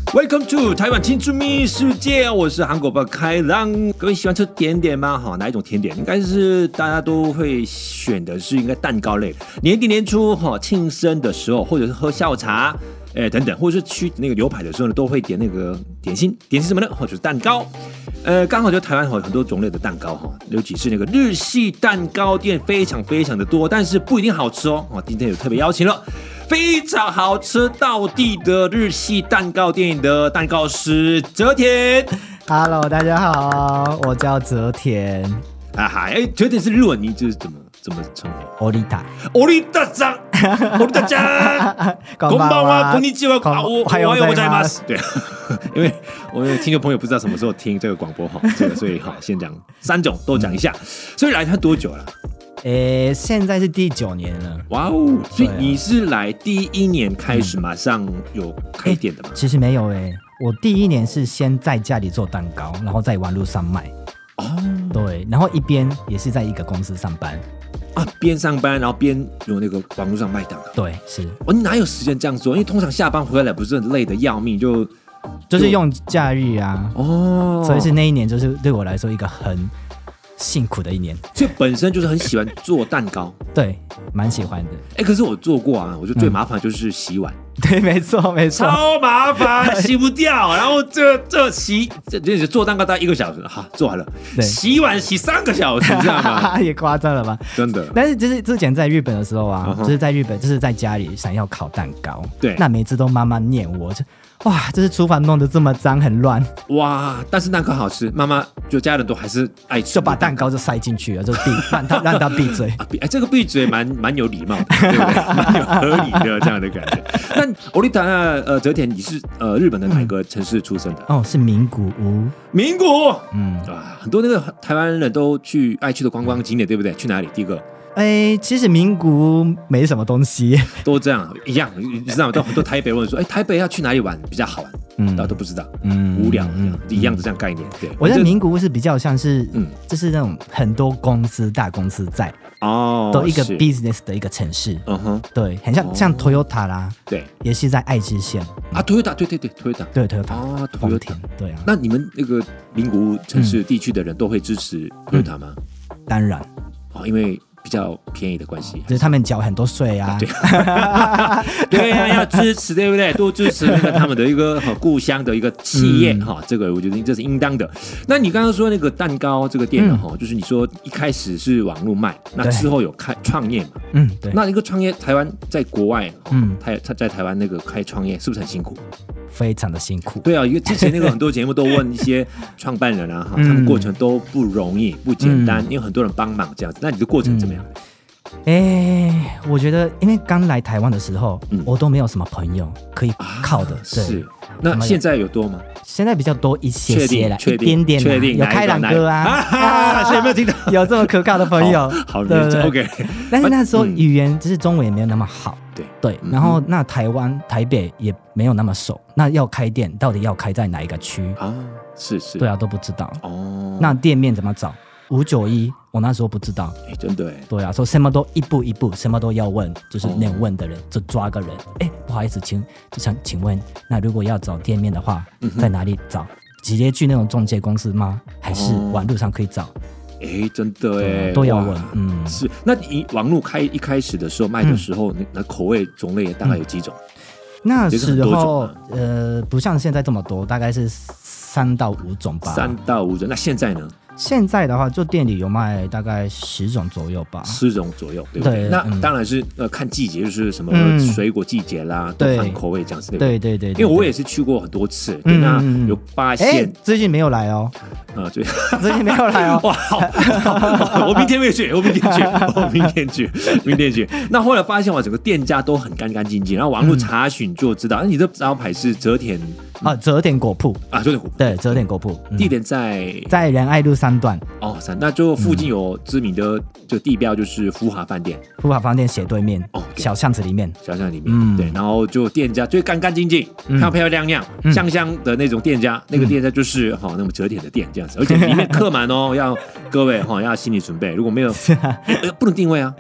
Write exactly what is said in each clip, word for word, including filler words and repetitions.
Welcome to 台湾青春蜜世界，我是韩国爸开朗。各位喜欢吃甜点吗？哈，哪一种甜点？应该是大家都会选的是应该蛋糕类。年底年初哈庆生的时候，或者是喝下午茶，哎等等，或者是去那个牛排的时候呢，都会点那个点心。点心什么呢？或者是蛋糕。呃，刚好就台湾有很多种类的蛋糕哈，尤其是那个日系蛋糕店非常非常的多，但是不一定好吃哦。哦，今天有特别邀请了。非常好吃道地的日系蛋糕店的蛋糕师泽田。 Hello， 大家好，我叫泽田。 啊哈，哎，泽田是日文名字怎么怎么称呼？ オリタ。 オリタちゃん，オリタちゃん。こんばんは、こんにちは、おはようございます。对，因为我们听众朋友不知道什么时候听这个广播哈，这个所以哈，先讲三种都讲一下。所以来台多久了？ 诶，现在是第九年了。 哇哦！所以你是来第一年开始马上有开店的吗？ 其实没有诶，我第一年是先在家里做蛋糕，然后在网络上卖。哦，对，然后一边也是在一个公司上班。 啊，边上班然后边有那个网络上卖蛋糕。 对，是。 哦，你哪有时间这样做？因为通常下班回来不是很累的要命，就就是用假日啊。哦，所以是那一年就是对我来说一个很辛苦的一年， 所以本身就是很喜欢做蛋糕。 对，蛮喜欢的。 哎、欸，可是我做过啊，我觉得最麻烦就是洗碗。 嗯、对，没错，没错， 超麻烦，洗不掉。然后这这洗这这做蛋糕大概一个小时，好做完了。洗碗洗三个小时，这样吗？ 也夸张了吧？ 真的。 但是就是之前在日本的时候啊， uh-huh. 就是在日本，就是在家里想要烤蛋糕。 对， 那每次都妈妈念我，就哇，这是厨房弄得这么脏，很乱。 哇，但是蛋糕好吃，妈妈就家人都还是爱吃， 就把蛋糕就塞进去了，就闭让他让他闭嘴。 啊，哎，这个闭嘴蛮蛮有礼貌的，对不对？蛮有合理的这样的感觉。那欧丽塔呃泽田，你是呃日本的哪一个城市出生的？ 嗯、哦，是名古屋。 名古，嗯，啊，很多那个台湾人都去爱去的观光景点，对不对？去哪里？第一个。 哎，其实名古屋没什么东西， 都这样一样，你知道吗？都很多台北问说，哎，台北要去哪里玩比较好玩？嗯，大家都不知道，嗯，无聊，嗯，一样的这样概念。对， 我觉得名古屋是比较像是，嗯，就是那种很多公司大公司在哦，都一个 business 的一个城市，嗯哼，对，很像、哦、像 Toyota 啦，对，也是在爱知县啊 ，Toyota， 对对对 ，Toyota， 对 Toyota， 啊 ，Toyota， 对啊。 那你们那个名古屋城市地区的人都会支持 Toyota 吗？ 嗯、当然， 哦，因为比较便宜的关系， 就是他们缴很多税啊， 对，对啊，要支持，对不对？多支持那个他们的一个故乡的一个企业哈、嗯，这个我觉得这是应当的。那你刚刚说那个蛋糕这个店呢，哈、嗯，就是你说一开始是网络卖，那之后有开创业嘛？嗯，对。那一个创业，台湾在国外，嗯，台在台湾那个开创业是不是很辛苦？ 非常的辛苦。 对啊，因为之前那个很多节目都问一些创办人啊，嗯、他们过程都不容易、不简单，嗯、因为很多人帮忙这样子。那你的过程怎么样？ 哎、嗯欸，我觉得因为刚来台湾的时候、嗯，我都没有什么朋友可以靠的。啊、 是，那现在有多吗？ 现在比较多一些些了，一点点，确定有开朗哥啊， 啊所以有没有听到有这么可靠的朋友？ 好，对对 ，OK。 但是那时候语言就是中文也没有那么好， 对对。然后那台湾台北也没有那么熟，那要开店到底要开在哪一个区啊？ 是是， 对啊，都不知道哦。那店面怎么找？五九一，我那时候不知道， 哎，真的哎， 对啊，所以什么都一步一步，什么都要问，就是那问的人就抓个人，哎，不好意思，请就想请问，那如果要找店面的话，嗯、在哪里找？直接去那种中介公司吗？还是网络上可以找？ 哎、哦，真的哎， 都要问，嗯， 是。那你网络开一开始的时候卖的时候，嗯、那口味种类大概有几种？嗯、 那时候、啊、呃，不像现在这么多，大概是三到五种吧。 三到五种，那现在呢？ 现在的话，就店里有卖大概十种左右吧， 十种左右，对不对？对那、嗯、当然是呃看季节，就是什么水果季节啦，都、嗯、看口味这样子，对不对？对对 对, 对。因为我也是去过很多次，对、嗯、那有发现、欸， 最近没有来哦， 啊，最最近没有来哦， 哇，好，好我明天会去，我明天去，我明天去，明天去。那后来发现哇，整个店家都很干干净净，然后网络查询就知道，那、嗯、你的招牌是泽田啊，泽田果铺啊，泽田果铺， 对，泽田果铺， 嗯、地点在在仁爱路三段哦。那就附近有知名的这个地标，就是福华饭店。 福华饭店斜对面，哦，小巷子里面， 小巷里面，嗯，对。然后就店家最干干净净、嗯、漂漂亮亮、嗯、香香的那种店家，那个店家就是哈、嗯哦、那么折点的店这样子，而且里面客满哦，要各位哈、哦、要心理准备，如果没有、啊欸、不能定位啊。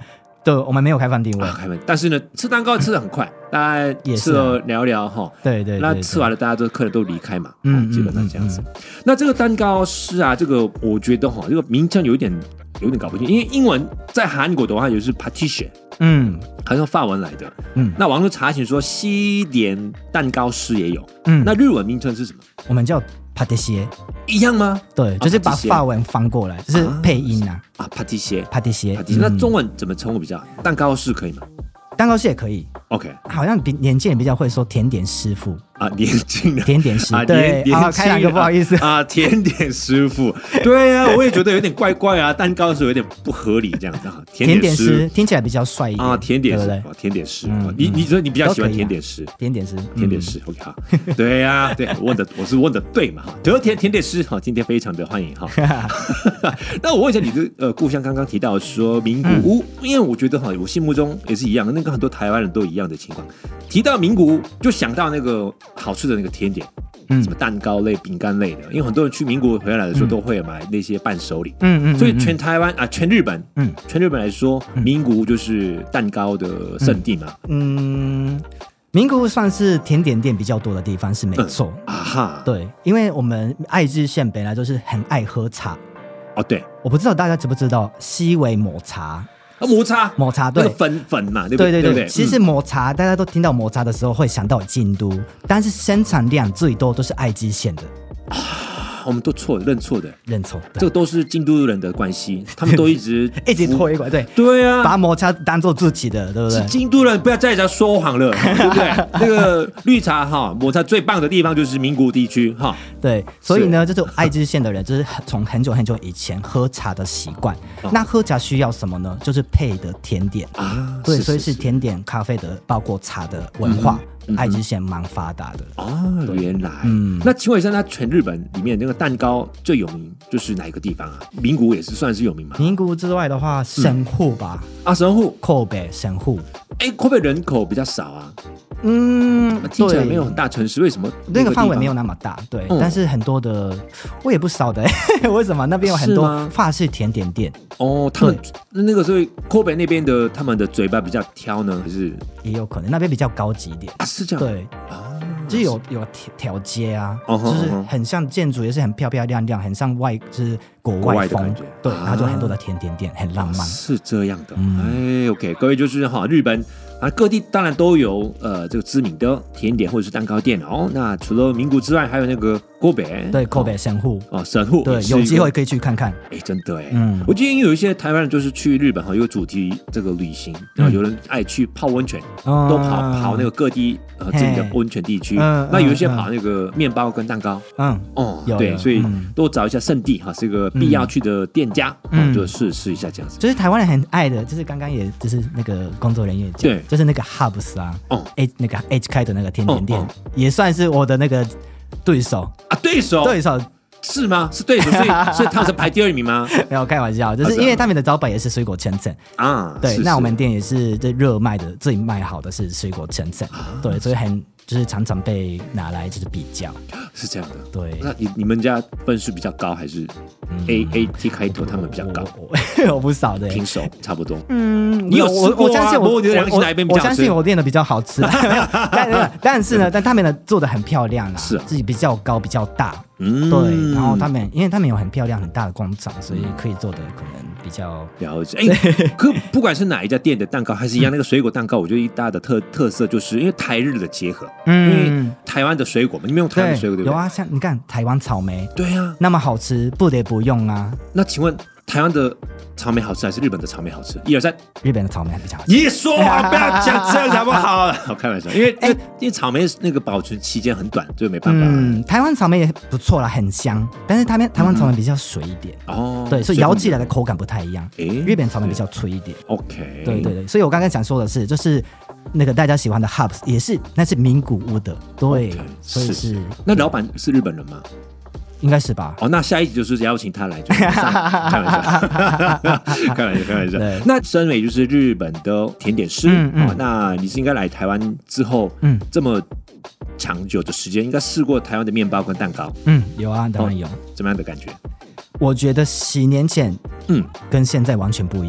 对，我们没有开饭定位， 啊、开饭，但是呢，吃蛋糕吃的很快，大家吃了聊聊哈， 对对， 那吃完了，大家都客人都离开嘛， 嗯， 基本上这样子。那这个蛋糕师啊，这个我觉得哈，这个名称有一点有点搞不清，因为英文在韩国的话也是 pâtissier， 嗯， 好像法文来的， 嗯， 那网络查询说西点蛋糕师也有， 嗯， 那日文名称是什么？ 我们叫 pâtissier， 一样吗？ 对，就是把法文翻过来，就是配音啊。 啊 ，pâtissier， pâtissier， 那中文怎么称呼比较好？蛋糕师可以吗？ 蛋糕师也可以。 OK， 好像比年轻人比较会说甜点师傅啊，年轻人甜点师啊， 对啊，开两个不好意思啊，甜点师傅，对啊，我也觉得有点怪怪啊，蛋糕师有点不合理这样子啊， 甜点师听起来比较帅一点啊，甜点师， 对不对？ 甜点师，你你说你比较喜欢甜点师？ 甜点师， 甜点师 ，OK 好，对呀，对，问的我是问的对嘛哈，得甜甜点师哈，今天非常的欢迎哈。那我问一下你的呃故乡，刚刚提到说名古屋，因为我觉得哈，我心目中也是一样的，那个很多台湾人都一样的情况。提到名古屋，就想到那个好吃的那个甜点，嗯，什么蛋糕类、饼干类的，因为很多人去名古屋回来的时候都会买那些伴手礼，嗯嗯，所以全台湾啊，全日本，嗯，全日本来说，名古屋就是蛋糕的圣地嘛， 嗯。名古屋算是甜点店比较多的地方，是没错、 嗯、啊哈。 对，因为我们爱知县本来就是很爱喝茶。 哦，对， 我不知道大家知不知道西尾抹茶。 啊，抹茶， 抹茶，对， 那个粉粉嘛，对不对？ 对对 对, 对, 对。 其实抹茶、嗯，大家都听到抹茶的时候会想到京都，但是生产量最多都是爱知县的。 啊，我们都错，认错的， 认错， 这个都是京都人的关系，他们都一直一直推过来，对对啊， 把抹茶当做自己的，对不对？ 京都人不要再讲说谎了，对不对？那个绿茶哈，抹茶最棒的地方就是名古屋地区哈。 对，所以呢，就是爱知县的人，就是从很久很久以前喝茶的习惯。哦、那喝茶需要什么呢？就是配的甜点啊，对，是是是，所以是甜点、咖啡的，包括茶的文化。嗯爱知县蛮发达的哦，原来，嗯，那请问一下，那全日本里面那个蛋糕最有名就是哪一个地方啊？名古屋也是算是有名吗？ 名古屋之外的话，神户吧、 嗯，啊，神户， 神戸神户， 哎，神戸人口比较少啊， 嗯， 听起来没有很大城市，为什么那个范围没有那么大？对，嗯、但是很多的，我也不少的，为什么那边有很多法式甜点店？ 哦，他们那个时候神戸那边的他们的嘴巴比较挑呢，还是也有可能那边比较高级一点啊？是这样， 对啊，就是有有条街啊， 哦、 就是很像建筑，也是很漂漂亮亮，很像外就是国外风，对，然后就很多的甜点店，很浪漫， 是这样的。嗯、哎 ，OK， 各位就是哈，日本。啊，各地当然都有呃这个知名的甜点或者是蛋糕店哦。那除了名古屋之外，还有那个神戸， 对，神戸神户哦，神户， 对，有机会可以去看看。 哎，真的哎，嗯，我记得有一些台湾人就是去日本哈，有主题这个旅行，然后有人爱去泡温泉，嗯、都跑跑那个各地呃自己的温泉地区。嗯、那有一些跑那个面包跟蛋糕，嗯，哦，对，所以多找一下圣地哈，是一个必要去的店家，嗯，就试试一下这样子。 就是台湾人很爱的，就是刚刚也就是那个工作人员讲，对。就是那个 Hubs 啊，哦 ，H 那个 H 开的那个甜点店，哦哦、也算是我的那个对手啊，对手， 对手是吗？是对手，所以所以他们是排第二名吗？ 没有开玩笑，就是因为他们的招牌也是水果千层啊，对，是是那我们店也是这热卖的，最卖好的是水果千层，啊、对，所以很。就是常常被拿来就是比较， 是这样的。 对， 那你你们家分数比较高，还是 A、嗯、A T 开头他们比较高？ 我, 我, 我不少的， 平手差不多。 嗯， 你有吃过、啊、 我, 我相信我我我, 我相信我练的比较好吃，但但是呢，但他们呢做的很漂亮啦，是、啊、自己比较高比较大。嗯，对，然后他们因为他们有很漂亮很大的工厂，所以可以做的可能比较了解。哎，可不管是哪一家店的蛋糕还是一样，那个水果蛋糕，我觉得一大的特特色就是因为台日的结合，嗯，因为台湾的水果嘛，你们用台湾的水果对不对？ 有啊，像你看台湾草莓， 对啊， 那么好吃，不得不用啊。 那请问台湾的草莓好吃还是日本的草莓好吃？一二三， 日本的草莓比较好吃。 你说啊，不要讲这样好不好？好开玩笑，因为哎，因为草莓那个保存期间很短，就没办法。 嗯，台湾草莓也不错啦，很香，但是他们台湾草莓比较水一点哦，对，所以咬起来的口感不太一样。哎，日本草莓比较脆一点。 OK， 对对对，所以我刚刚想说的是，就是那个大家喜欢的 Hubs 也是，那是名古屋的，对， okay, 所以是。 那老板是日本人吗？ 应该是吧。 哦，那下一集就是邀请他来，就是开玩笑，开玩笑，开玩笑。那身为就是日本的甜点师，嗯嗯哦、那你是应该来台湾之后，嗯，这么长久的时间，应该试过台湾的面包跟蛋糕。 嗯，有啊，当然有。 哦、怎么样的感觉？ 我觉得十年前，嗯，跟现在完全不一样。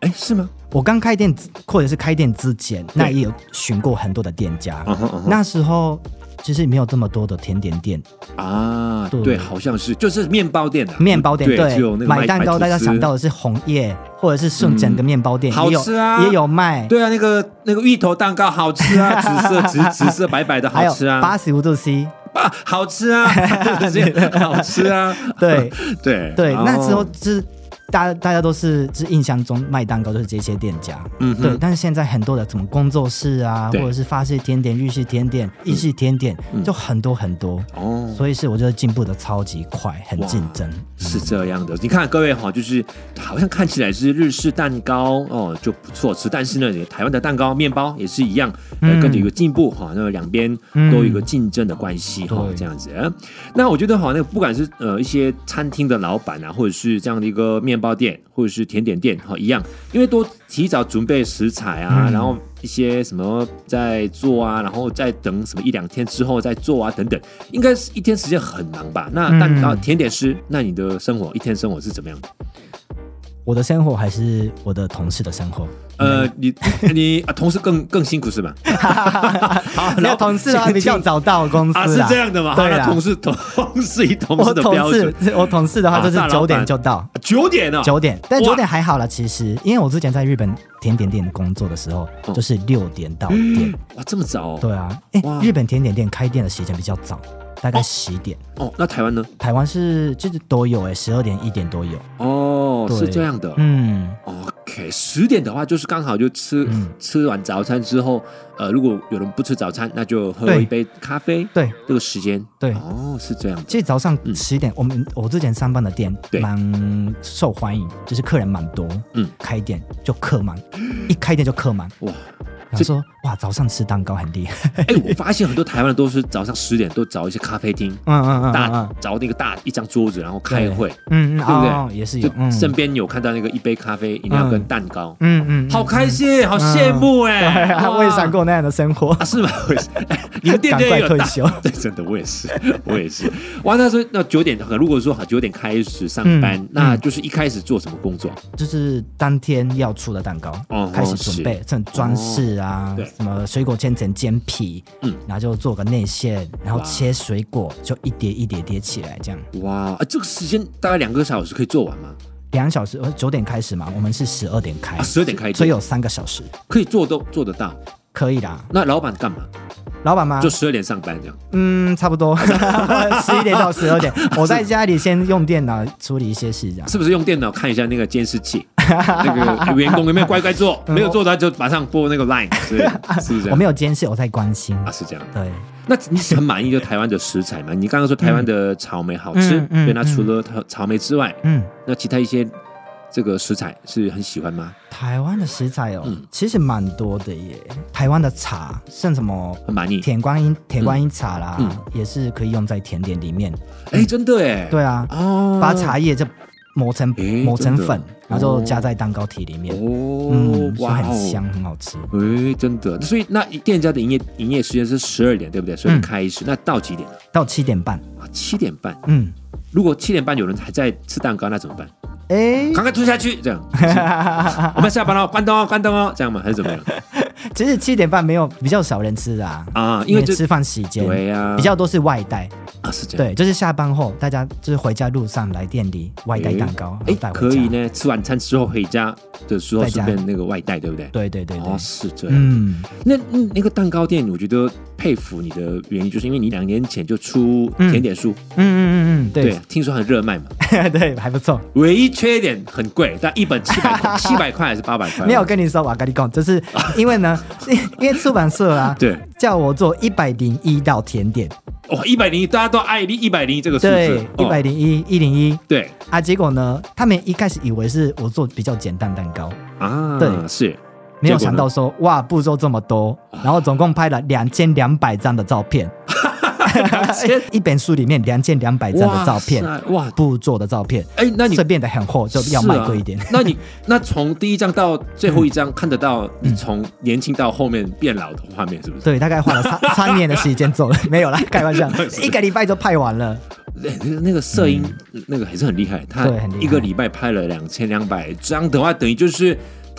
哎，是吗？ 我刚开店或者是开店之前，那也有寻过很多的店家。Uh-huh, uh-huh. 那时候其实没有这么多的甜点店啊，对，对好像是就是面包店的、啊、 面包店，对， 对只有那个买蛋糕，大家想到的是红叶或者是顺整个面包店，嗯、 好吃啊， 也有卖。 对啊，那个那个芋头蛋糕好吃啊，紫色紫紫色白白的好吃啊， 八十五度 C。 啊，好吃啊，好吃啊， 对对对，那时候就是大家大家都是就是印象中卖蛋糕都是这些店家，嗯，对。但是现在很多的什么工作室啊，或者是法式甜点、日式甜点、意式甜点，嗯、就很多很多哦。所以是我觉得进步的超级快，很竞争。 是这样的，你看各位哈，就是好像看起来是日式蛋糕哦就不错吃，但是呢，台湾的蛋糕、面包也是一样，呃，跟着一个进步哈，那两边都有一个竞争的关系哈，这样子。那我觉得哈，那不管是呃一些餐厅的老板啊，或者是这样的一个面包店或者是甜点店哈，一样，因为都提早准备食材啊，嗯、然后一些什么在做啊，然后再等什么一两天之后再做啊等等，应该是一天时间很忙吧？那蛋糕、嗯、甜点师，那你的生活一天生活是怎么样的？ 我的生活还是我的同事的生活。 呃，你你、啊、同事更更辛苦是吧？ 好，没有同事啊，比较早到公司啊， 是这样的吗？对啦，同事同事以同事的标准， 我同事我同事的话就是九点就到， 九点啊， 九点，但九点还好了，其实因为我之前在日本甜点店工作的时候，哦、就是六点到店， 哇，这么早、哦？ 对啊，哎，日本甜点店开店的时间比较早。大概十点哦, 哦，那台湾呢？ 台湾是就是都有哎，十二点一点都有哦，是这样的，嗯 ，OK， 十点的话就是刚好就吃、嗯、吃完早餐之后，呃，如果有人不吃早餐，那就喝一杯咖啡， 对， 这个时间， 对， 哦，是这样的。 其实早上十点，嗯、我们我之前上班的店蛮受欢迎，就是客人蛮多，嗯，开店就客满，一开店就客满，哇。他说：“哇，早上吃蛋糕很厉害。” 哎，我发现很多台湾人都是早上十点都找一些咖啡厅，嗯嗯嗯，大找那个大一张桌子，然后开会，嗯嗯，对不对？ 哦、也是有， 就身边有看到那个一杯咖啡、饮料跟蛋糕，嗯嗯，好开心，好羡慕哎！ 嗯、我也想过那样的生活， 啊、是吗？你们店店有退休？ 对，真的，我也是，我也是。哇，那时候那九点，如果说好九点开始上班，嗯、那就是一开始做什么工作？ 就是当天要出的蛋糕，哦、开始准备，这装饰啊，哦、什么水果千层煎皮，嗯，然后就做个内馅，然后切水果，就一叠一叠叠起来，这样。 哇，啊、这个时间大概两个小时可以做完吗？ 两小时，九点开始嘛，我们是十二点开， 十、啊、二点开， 所以有三个小时， 可以做都做得到， 可以啦。 那老板干嘛？ 老板吗？ 就十二点上班这样。 嗯，差不多，十一点到十二点。我在家里先用电脑处理一些事，这样。 是不是用电脑看一下那个监视器？那个员工有没有乖乖做？没有做的就马上拨那个 line， 是, 是不是这样？ 我没有监视，我在关心啊，是这样。 对， 那你很满意就台湾的食材吗？你刚刚说台湾的草莓好吃，嗯、对，那除了草莓之外，嗯，那其他一些这个食材是很喜欢吗？ 台湾的食材哦，嗯、其实蛮多的耶。台湾的茶，像什么很满意， 铁观音、铁观音茶啦，嗯、也是可以用在甜点里面。 哎、欸，真的哎， 对啊，哦，把茶叶就磨成、欸、磨成粉，然后就加在蛋糕体里面，哦，嗯，哇，很香，很好吃。 哎、欸，真的。所以那店家的营业营业时间是十二点，对不对？所以开始，嗯、那到几点？ 到七点半啊，七点半。嗯，如果七点半有人还在吃蛋糕，那怎么办？哎、欸，赶快吞下去，这样。我们下班了，关灯哦，关灯哦，这样吗？还是怎么样？ 其实七点半没有比较少人吃啊，啊，因为吃饭时间对呀，比较多是外带啊，是这样。 对，就是下班后大家就是回家路上来店里外带蛋糕，哎、欸， 可以呢。吃晚餐之后回家的时候顺便那个外带，对不对？ 对对对对， 哦，是这样。嗯，那那个蛋糕店，我觉得佩服你的原因，就是因为你两年前就出甜点书，嗯嗯嗯嗯，对，对，听说很热卖嘛， 对，还不错。 唯一缺点很贵，但一本七百块，七百块还是八百块？ 没有跟你说，我跟你讲，就是因为呢，因为出版社啊， 对， 叫我做一百零一道甜点。 哦，一百零一，大家都爱一百零一这个数字， 对，一百零一，一零一， 对啊，结果呢，他们一开始以为是我做比较简单蛋糕啊， 对， 是， 没有想到说哇，步骤这么多，然后总共拍了两千两百张的照片。一本书里面两千两百张的照片，哇，步骤的照片，哎，那你顺便的很厚，就要卖贵一点。 啊、那你那从第一张到最后一张、嗯、看得到你从年轻到后面变老的画面，是不是？ 对，大概花了三三年的时间做了，没有啦，开玩笑，一个礼拜就拍完了。 那个摄音、嗯、那个还是很厉害，他一个礼拜拍了两千两百张的话，等于就是。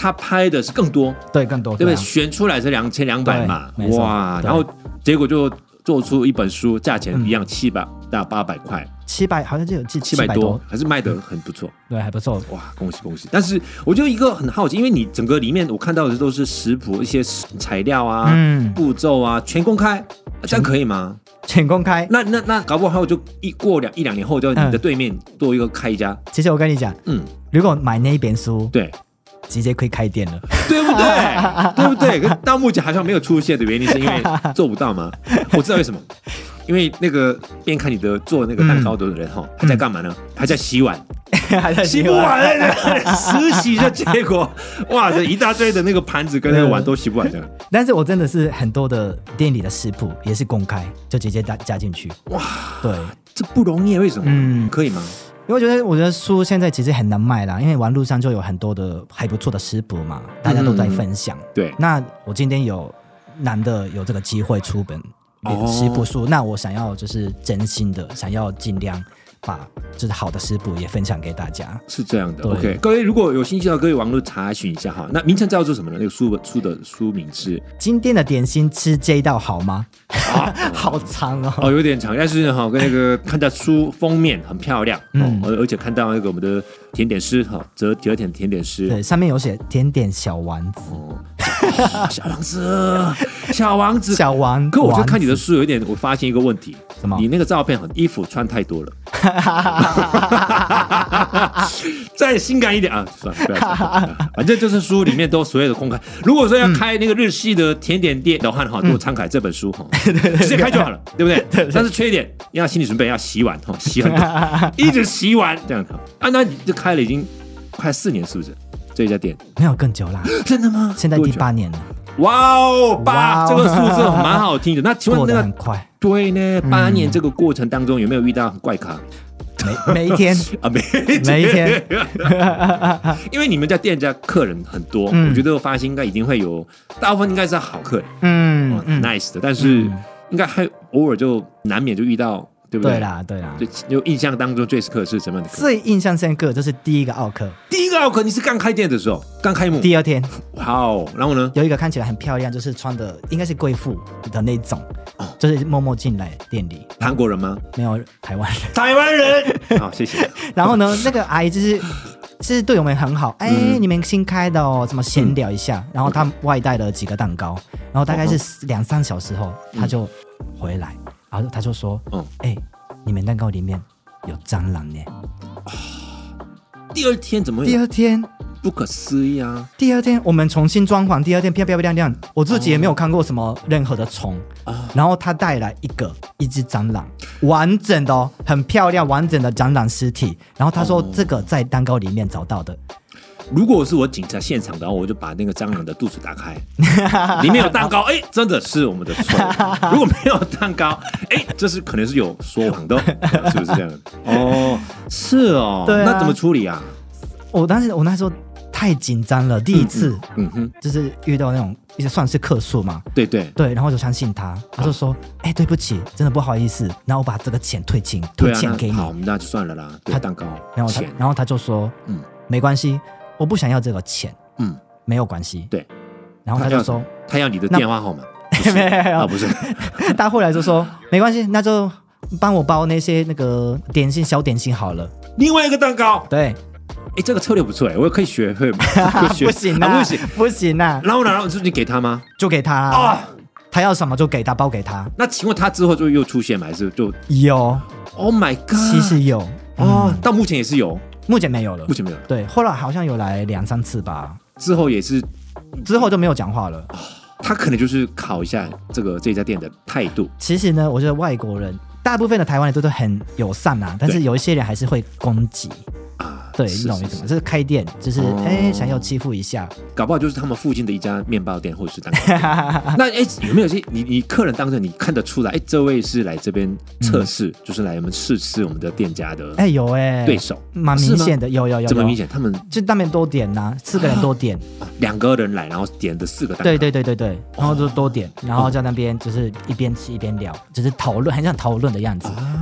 他拍的是更多， 对，更多， 对不对？ 啊、 选出来是两千两百嘛，哇，然后结果就做出一本书，价钱一样七百到八百块。 七百好像就有记七百多，还是卖得很不错， 对，还不错， 哇，恭喜恭喜！但是我就一个很好奇，因为你整个里面我看到的都是食谱、一些材料啊、嗯、步骤啊，全公开，这样可以吗？ 全公开？ 那那那搞不好就一过两一两年后，就你的对面多一个开一家。 嗯、其实我跟你讲，嗯，如果买那一本书， 对， 直接可以开店了， 对不对？对不对？到目前好像没有出现的原因是因为做不到吗？我知道为什么。因为那个边看你的做那个蛋糕的人哈、嗯，他在干嘛呢？还在洗碗， 还在洗不完了，实洗的结果，哇，这一大堆的那个盘子跟那个碗都洗不完的。 但是我真的是很多的店里的食谱也是公开，就直接加加进去。哇，对， 这不容易，为什么？嗯，可以吗？ 因为我觉得，我觉得书现在其实很难卖啦，因为网络上就有很多的还不错的食谱嘛，大家都在分享。嗯、 对， 那我今天有难得有这个机会出本。食谱书，那我想要就是真心的想要尽量把就是好的食谱也分享给大家， 是这样的。OK， 各位如果有兴趣的，各位网络查询一下哈。那名称叫做什么呢？那个书书的书名是今天的点心吃这一道好吗？啊、好长哦， 哦，有点长，但是哈，跟那个看到书封面很漂亮，嗯，而且看到那个我们的甜点师哈，折折甜甜点师， 对，上面有写甜点小丸子。 哦哦、小王子，小王子， 小王。 可我就看你的书有一点，我发现一个问题， 什么？ 你那个照片很衣服穿太多了，再性感一点啊！算了，不要讲，反正就是书里面都所有的公开。如果说要开那个日系的甜点店的话，哈、嗯，给我参考这本书哈，直接开就好了，对不对？对对对，但是缺点要心理准备，要洗碗哈，洗很多，一直洗碗这样啊，那你就开了已经快四年，是不是？这一家店没有更久啦， 真的吗？ 现在第八年了。 哇哦，八、wow, 这个数字蛮好听的。那请问那个很快， 对呢？八年这个过程当中有没有遇到怪咖？ 每每一天啊，每一天， 每一天， 因为你们家店家客人很多，嗯、我觉得我发现应该一定会有，大部分应该是好客人，嗯、哦、，nice 的，但是应该还偶尔就难免就遇到。对不对？ 对啦，对啦。 就印象当中最深刻是什么样的客？ 最印象深刻就是第一个奥客。 第一个奥客，你是刚开店的时候，刚开幕。 第二天， 哇哦，然后呢？ 有一个看起来很漂亮，就是穿的应该是贵妇的那种，哦、就是默默进来店里。 韩国人吗？ 没有，台湾人。 台湾人。好，谢谢。 然后呢，那个阿姨就是是对我们很好，哎、欸嗯，你们新开的哦，怎么闲聊一下？嗯、然后他外带了几个蛋糕，然后大概是两三小时后，他就回来，然后他就说，嗯，哎、欸。你们蛋糕里面有蟑螂呢、 哦！第二天怎么会？ 第二天不可思议啊！ 第二天我们重新装潢，第二天漂漂亮亮，我自己也没有看过什么任何的虫、哦、然后他带来一个一只蟑螂，完整的哦，很漂亮，完整的蟑螂尸体。然后他说这个在蛋糕里面找到的。 如果是我警察现场的话，我就把那个蟑螂的肚子打开，里面有蛋糕，哎、欸，真的是我们的错。如果没有蛋糕，哎、欸，这是可能是有说谎的，是不是这样？哦，是哦， 对啊， 那怎么处理啊？ 我当时我那时候太紧张了，第一次，嗯, 嗯哼，就是遇到那种也算是客诉嘛， 对对对，然后就相信他，他就说，哎、欸，对不起，真的不好意思，然后我把这个钱退清，退钱给你， 好，那就算了啦，对，蛋糕， 然后他，然后他就说，嗯，没关系。我不想要这个钱，嗯，没有关系， 对。 然后他就说， 他要你的电话号码， 没有啊，不是。 他后来就说，没关系，那就帮我包那些那个点心小点心好了。 另外一个蛋糕， 对。 哎，这个策略不错哎，我可以学会吗？ 不行啊，不行，不行啊。 然后呢，然后你给他吗？ 就给他啊，他要什么就给他，包给他。 那请问他之后就又出现吗？还是就有 ？Oh my god！ 其实有哦，到目前也是有。 目前没有了， 目前没有了。 对，后来好像有来两三次吧， 之后也是， 之后就没有讲话了。哦、 他可能就是考一下这个这家店的态度。 其实呢，我觉得外国人大部分的台湾人都是很友善啊，但是有一些人还是会攻击。啊，对，你懂意思吗？就是开店，就是哎、哦，想要欺负一下， 搞不好就是他们附近的一家面包店或者是蛋糕店。那哎，有没有些你你客人当中你看得出来，哎，这位是来这边测试、嗯，就是来我们试吃我们的店家的？ 哎，有哎， 对手蛮明显的，有有有， 这么明显？他们就当面多点呐、啊，四个人多点， 两、啊、个人来，然后点的四个蛋糕。 对对对对对，然后就多点，然后在那边就是一边吃一边聊，就是讨论，很像讨论的样子。啊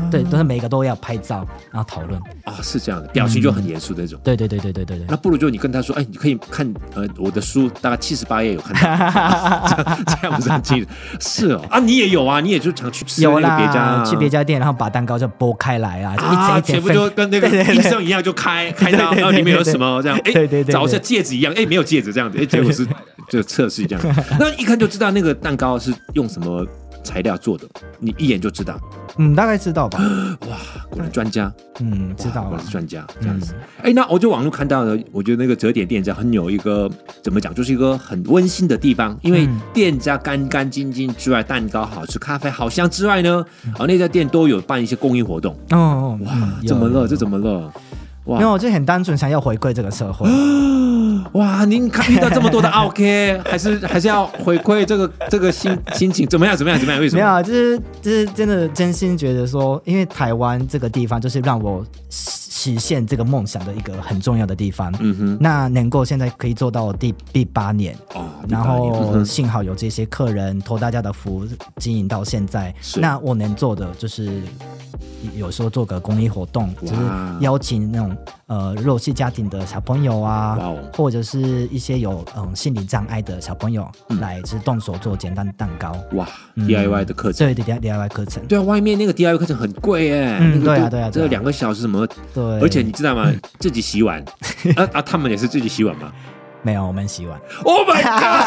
对，都是每个都要拍照，然后讨论啊，是这样的，表情就很严肃的那种。 对对对对对对对。 那不如就你跟他说，哎，你可以看呃我的书，大概七十八页有看到，这样这样子很清楚。是哦，啊，你也有啊，你也就常去吃那个别家、啊， 去别家店，然后把蛋糕就剥开来啊，就一啊， 整一整全部就跟那个医生一样，就开开刀，然后里面有什么这样，哎， 对对对， 找一下戒指一样，哎，没有戒指这样子，哎，结果是就测试这样，那一看就知道那个蛋糕是用什么材料做的，你一眼就知道。 嗯，大概知道吧。 哇，果然专家。 嗯，知道了， 果然是专家这样子。哎、嗯，那我就网络看到了，我觉得那个折点店家很有一个怎么讲，就是一个很温馨的地方，因为店家干干净净之外，蛋糕好吃，咖啡好香之外呢，啊，那家店都有办一些公益活动。 哦， 哇，怎么了？这怎么了？ 哇，因为我就很单纯想要回馈这个社会。 哇，您遇到这么多的 OK， 还是还是要回馈这个这个心心情，怎么样？怎么样？怎么样？为什么？ 没有，就是就是真的真心觉得说，因为台湾这个地方就是让我实现这个梦想的一个很重要的地方。嗯哼，那能够现在可以做到第第八年，哦，然后幸好有这些客人托大家的福经营到现在，那我能做的就是有时候做个公益活动，就是邀请那种呃弱势家庭的小朋友啊，或者是一些有嗯心理障碍的小朋友、嗯、来就是动手做简单蛋糕。哇、 嗯、，D I Y 的课程， 对对 ，D I Y 课程， 对啊，外面那个 D I Y 课程很贵耶， 嗯，对啊对啊， 这两个小时什么？ 对， 而且你知道吗？自己洗碗，啊啊，他们也是自己洗碗吗？ 没有，我们洗碗。 Oh my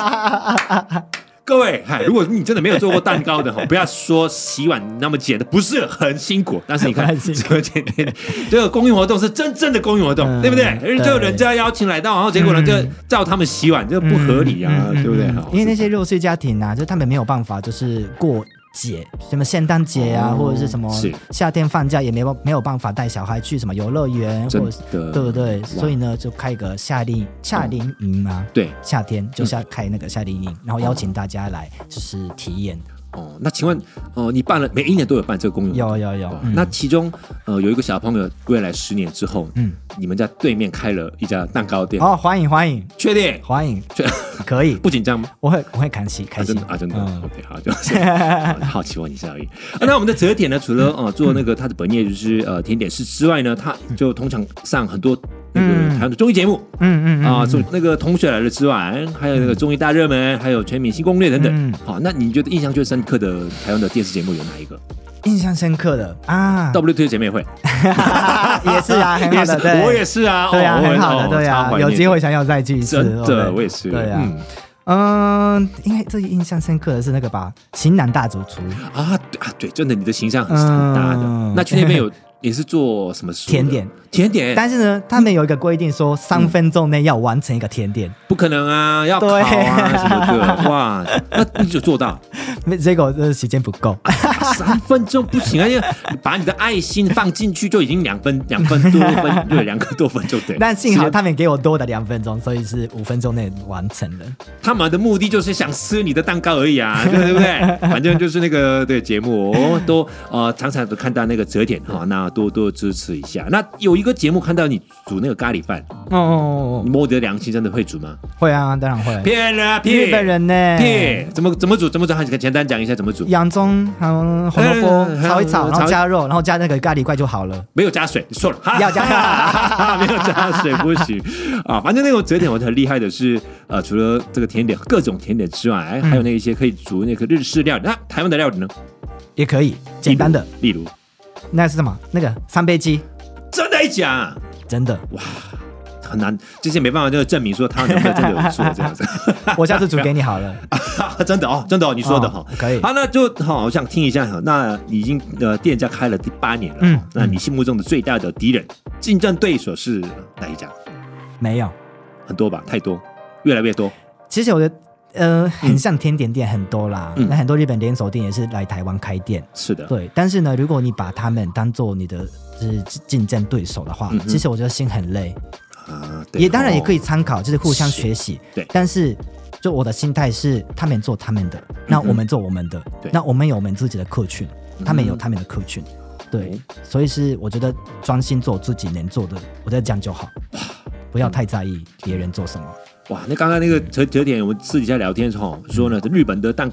god！各位，如果你真的没有做过蛋糕的，不要说洗碗那么简单，不是很辛苦。但是你看，这个这个公益活动是真正的公益活动，嗯、对不对？对，就人家邀请来到，然后结果呢，就叫他们洗碗，这不合理啊，嗯、对不对？ 因为那些弱势家庭啊，就他们没有办法，就是过节，什么圣诞节啊，哦、或者是什么夏天放假，也没有没有办法带小孩去什么游乐园，或者是对不对？所以呢，就开一个夏令夏令营嘛， 对， 夏天就下开那个夏令营，然后邀请大家来就是体验。 哦，那请问，呃，你办了每一年都有办这个公益？ 有有有。 嗯、那其中，呃，有一个小朋友，未来十年之后，嗯，你们在对面开了一家蛋糕店。 哦，欢迎欢迎， 确定？ 欢迎，可以， 不紧张吗？ 我会我会开心开心啊，真的啊，真的。嗯、OK， 好，就是好奇问一下而已。啊、那我们的折点呢，除了呃做那个他的本业就是呃甜点师之外呢，他就通常上很多。那个台湾的综艺节目，嗯嗯啊，那个同学来了之外，还有那个综艺大热门，还有全明星攻略等等。好，那你觉得印象最深刻的台湾的电视节目有哪一个？ 印象深刻的啊 ，W T 姐妹会也是啊，很好的，对， 我也是啊， 对啊，很好的，对啊，有机会想要再去一次， 真的，我也是， 对啊。嗯，应该最印象深刻的是那个吧，型男大主厨啊，对啊，对，真的，你的形象很很大的。那去那边有也是做什么甜点？ 甜点， 但是呢，他们有一个规定说，三分钟内要完成一个甜点， 不可能啊，要烤啊什么的，哇，那你就做到， 结果这时间不够， 三分钟不行啊，因为把你的爱心放进去就已经两分两分多分，对，两个多分就对。 但幸好他们给我多的两分钟，所以是五分钟内完成了。 他们的目的就是想吃你的蛋糕而已啊，对不对？反正就是那个对节目，哦，都呃常常都看到那个折点哈，那多多支持一下。那有一个节目看到你煮那个咖喱饭，哦哦哦，你摸得良心，真的会煮吗？ 会啊，当然会。 骗人啊，骗日本人呢？ 骗怎么怎么煮？怎么煮？简单讲一下怎么煮。 洋葱、嗯，红萝卜炒一炒，然后加肉，然后加那个咖喱块就好了。 没有加水，错了， 要加， 没有加水不行啊。反正那个折点我很厉害的是，呃，除了这个甜点各种甜点之外，还有那一些可以煮那个日式料理。那台湾的料理呢？ 也可以，简单的， 例如那是什么？那个三杯鸡。 真的假？ 真的哇，很难，这些没办法就证明说他能不能真的有做这样子。 我下次煮给你好了。 真的哦，真的哦，你说的哈， 哦，可以。 好，那就好，我想听一下哈。那你已经呃店家开了第八年了，嗯，那你心目中的最大的敌人、竞争对手是哪一家？ 没有， 很多吧，太多，越来越多。 其实我的。呃，很像甜点店很多啦，那、嗯、很多日本连锁店也是来台湾开店， 是的， 对。但是呢，如果你把他们当做你的就是竞争对手的话，嗯、其实我觉得心很累啊。也当然也可以参考，就是互相学习，对。但是就我的心态是，他们做他们的，那我们做我们的，嗯、那我们有我们自己的客群，他们有他们的客群，对。所以是我觉得专心做自己能做的，我觉得这样就好，不要太在意别人做什么。 哇，那刚刚那个折折点，我们私底下聊天的时候说呢，日本的蛋糕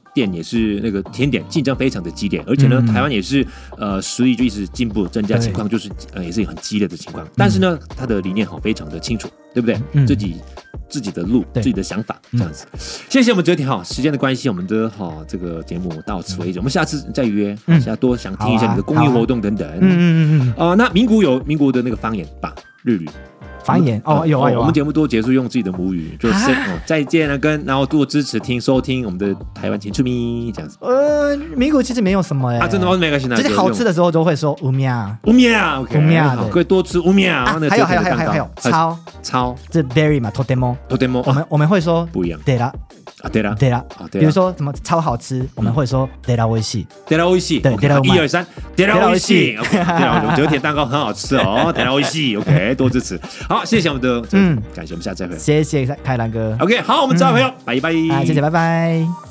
店也是那个甜点竞争非常的激烈，而且呢， 嗯、 台湾也是呃实力就一直进步增加，情况就是呃也是很激烈的情况。但是呢，他的理念好非常的清楚，对不对？嗯、自己自己的路，自己的想法这样子。嗯、谢谢我们哲庭哈，时间的关系，我们的哈这个节目到此为止，我们下次再约，嗯、下次多想听一下你的公益活动等等。嗯嗯嗯嗯。啊、呃，那名古有名古的那个方言吧，日语。 方言哦，有啊有啊。 我们节目多结束用自己的母语，就是、啊哦、再见了，跟然后多支持听收听我们的台湾情趣咪这样子。 呃，名古其实没有什么哎、欸， 啊，真的吗？没关系， 就是好吃的时候都会说乌米亚， 乌米亚 ，OK， 乌米亚， 可以多吃乌米亚。 啊，还有还有还有还有还有超超， 这 very 嘛 ，totemo totemo， 我们我们会说不一样， 对啦。 啊，对啦， 对啦，比如说什么超好吃，我们会说对啦，美味しい， 对啦，美味しい， 对，对啦， 一二三，对啦，美味しい ，OK， 对啦，折田蛋糕很好吃哦，对啦，美味しい ，OK， 多支持。好，谢谢我们的，嗯，感谢，我们下次再会。 谢谢开朗哥。 OK， 好，我们再会哦，拜拜。 啊，谢谢，拜拜。